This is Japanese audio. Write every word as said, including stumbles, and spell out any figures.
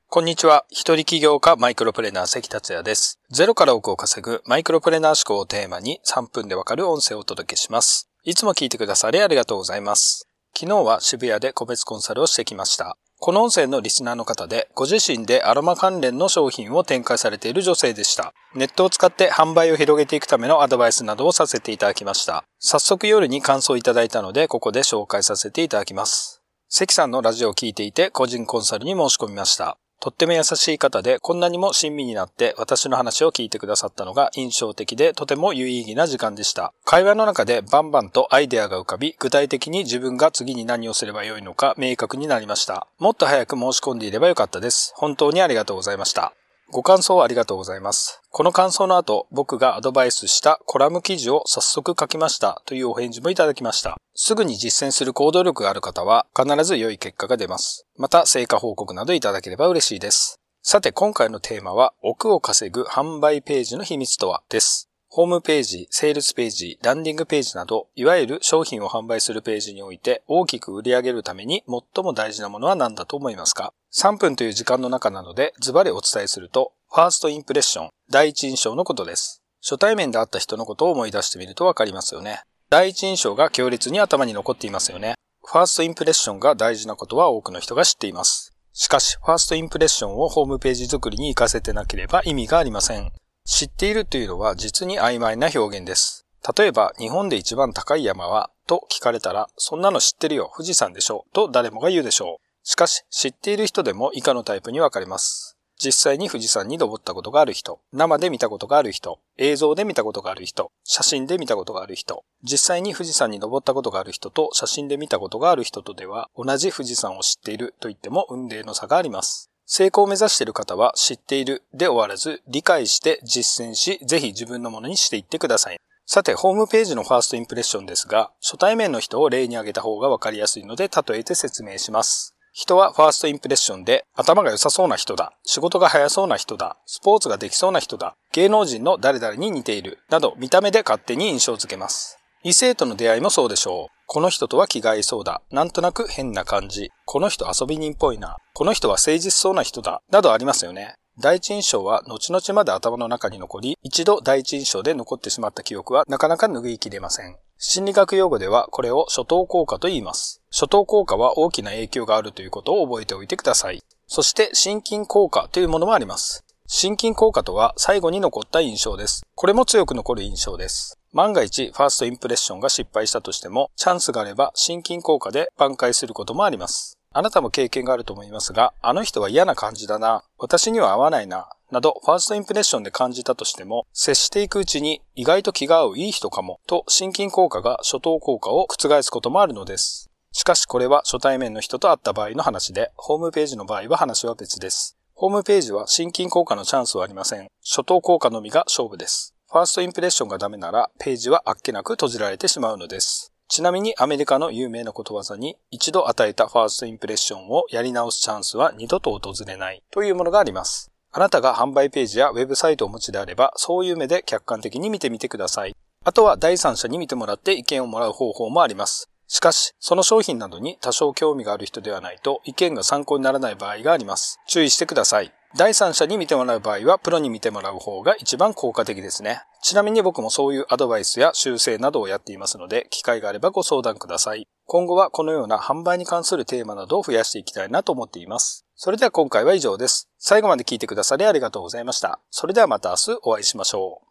こんにちは。一人起業家マイクロプレーナー関達也です。ゼロから億を稼ぐマイクロプレーナー思考をテーマにさんぷんでわかる音声をお届けします。いつも聞いてくださりありがとうございます。昨日は渋谷で個別コンサルをしてきました。この音声のリスナーの方でご自身でアロマ関連の商品を展開されている女性でした。ネットを使って販売を広げていくためのアドバイスなどをさせていただきました。早速夜に感想をいただいたのでここで紹介させていただきます。関さんのラジオを聞いていて個人コンサルに申し込みました。とっても優しい方でこんなにも親身になって私の話を聞いてくださったのが印象的でとても有意義な時間でした。会話の中でバンバンとアイデアが浮かび、具体的に自分が次に何をすればよいのか明確になりました。もっと早く申し込んでいればよかったです。本当にありがとうございました。ご感想ありがとうございます。この感想の後、僕がアドバイスしたコラム記事を早速書きましたというお返事もいただきました。すぐに実践する行動力がある方は必ず良い結果が出ます。また成果報告などいただければ嬉しいです。さて今回のテーマは億を稼ぐ販売ページの秘密とはです。ホームページ、セールスページ、ランディングページなどいわゆる商品を販売するページにおいて大きく売り上げるために最も大事なものは何だと思いますか？さんぷんという時間の中なのでズバリお伝えするとファーストインプレッション、第一印象のことです。初対面で会った人のことを思い出してみるとわかりますよね。第一印象が強烈に頭に残っていますよね。ファーストインプレッションが大事なことは多くの人が知っています。しかし、ファーストインプレッションをホームページ作りに活かせてなければ意味がありません。知っているというのは実に曖昧な表現です。例えば、日本で一番高い山はと聞かれたら、そんなの知ってるよ、富士山でしょと誰もが言うでしょう。しかし、知っている人でも以下のタイプに分かれます。実際に富士山に登ったことがある人、生で見たことがある人、映像で見たことがある人、写真で見たことがある人、実際に富士山に登ったことがある人と写真で見たことがある人とでは、同じ富士山を知っていると言っても雲泥の差があります。成功を目指している方は知っているで終わらず、理解して実践し、ぜひ自分のものにしていってください。さて、ホームページのファーストインプレッションですが、初対面の人を例に挙げた方がわかりやすいので例えて説明します。人はファーストインプレッションで頭が良さそうな人だ、仕事が早そうな人だ、スポーツができそうな人だ、芸能人の誰々に似ているなど見た目で勝手に印象付けます。異性との出会いもそうでしょう。この人とは気が合いそうだ、なんとなく変な感じ、この人遊び人っぽいな、この人は誠実そうな人だなどありますよね。第一印象は後々まで頭の中に残り、一度第一印象で残ってしまった記憶はなかなか拭いきれません。心理学用語ではこれを初等効果と言います。初等効果は大きな影響があるということを覚えておいてください。そして心筋効果というものもあります。心筋効果とは最後に残った印象です。これも強く残る印象です。万が一ファーストインプレッションが失敗したとしても、チャンスがあれば心筋効果で挽回することもあります。あなたも経験があると思いますが、あの人は嫌な感じだな、私には合わないな、などファーストインプレッションで感じたとしても、接していくうちに意外と気が合ういい人かもと心筋効果が初等効果を覆すこともあるのです。しかしこれは初対面の人と会った場合の話で、ホームページの場合は話は別です。ホームページは心筋効果のチャンスはありません。初等効果のみが勝負です。ファーストインプレッションがダメならページはあっけなく閉じられてしまうのです。ちなみにアメリカの有名なことわざに一度与えたファーストインプレッションをやり直すチャンスは二度と訪れないというものがあります。あなたが販売ページやウェブサイトをお持ちであればそういう目で客観的に見てみてください。あとは第三者に見てもらって意見をもらう方法もあります。しかしその商品などに多少興味がある人ではないと意見が参考にならない場合があります。注意してください。第三者に見てもらう場合はプロに見てもらう方が一番効果的ですね。ちなみに僕もそういうアドバイスや修正などをやっていますので、機会があればご相談ください。今後はこのような販売に関するテーマなどを増やしていきたいなと思っています。それでは今回は以上です。最後まで聞いてくださりありがとうございました。それではまた明日お会いしましょう。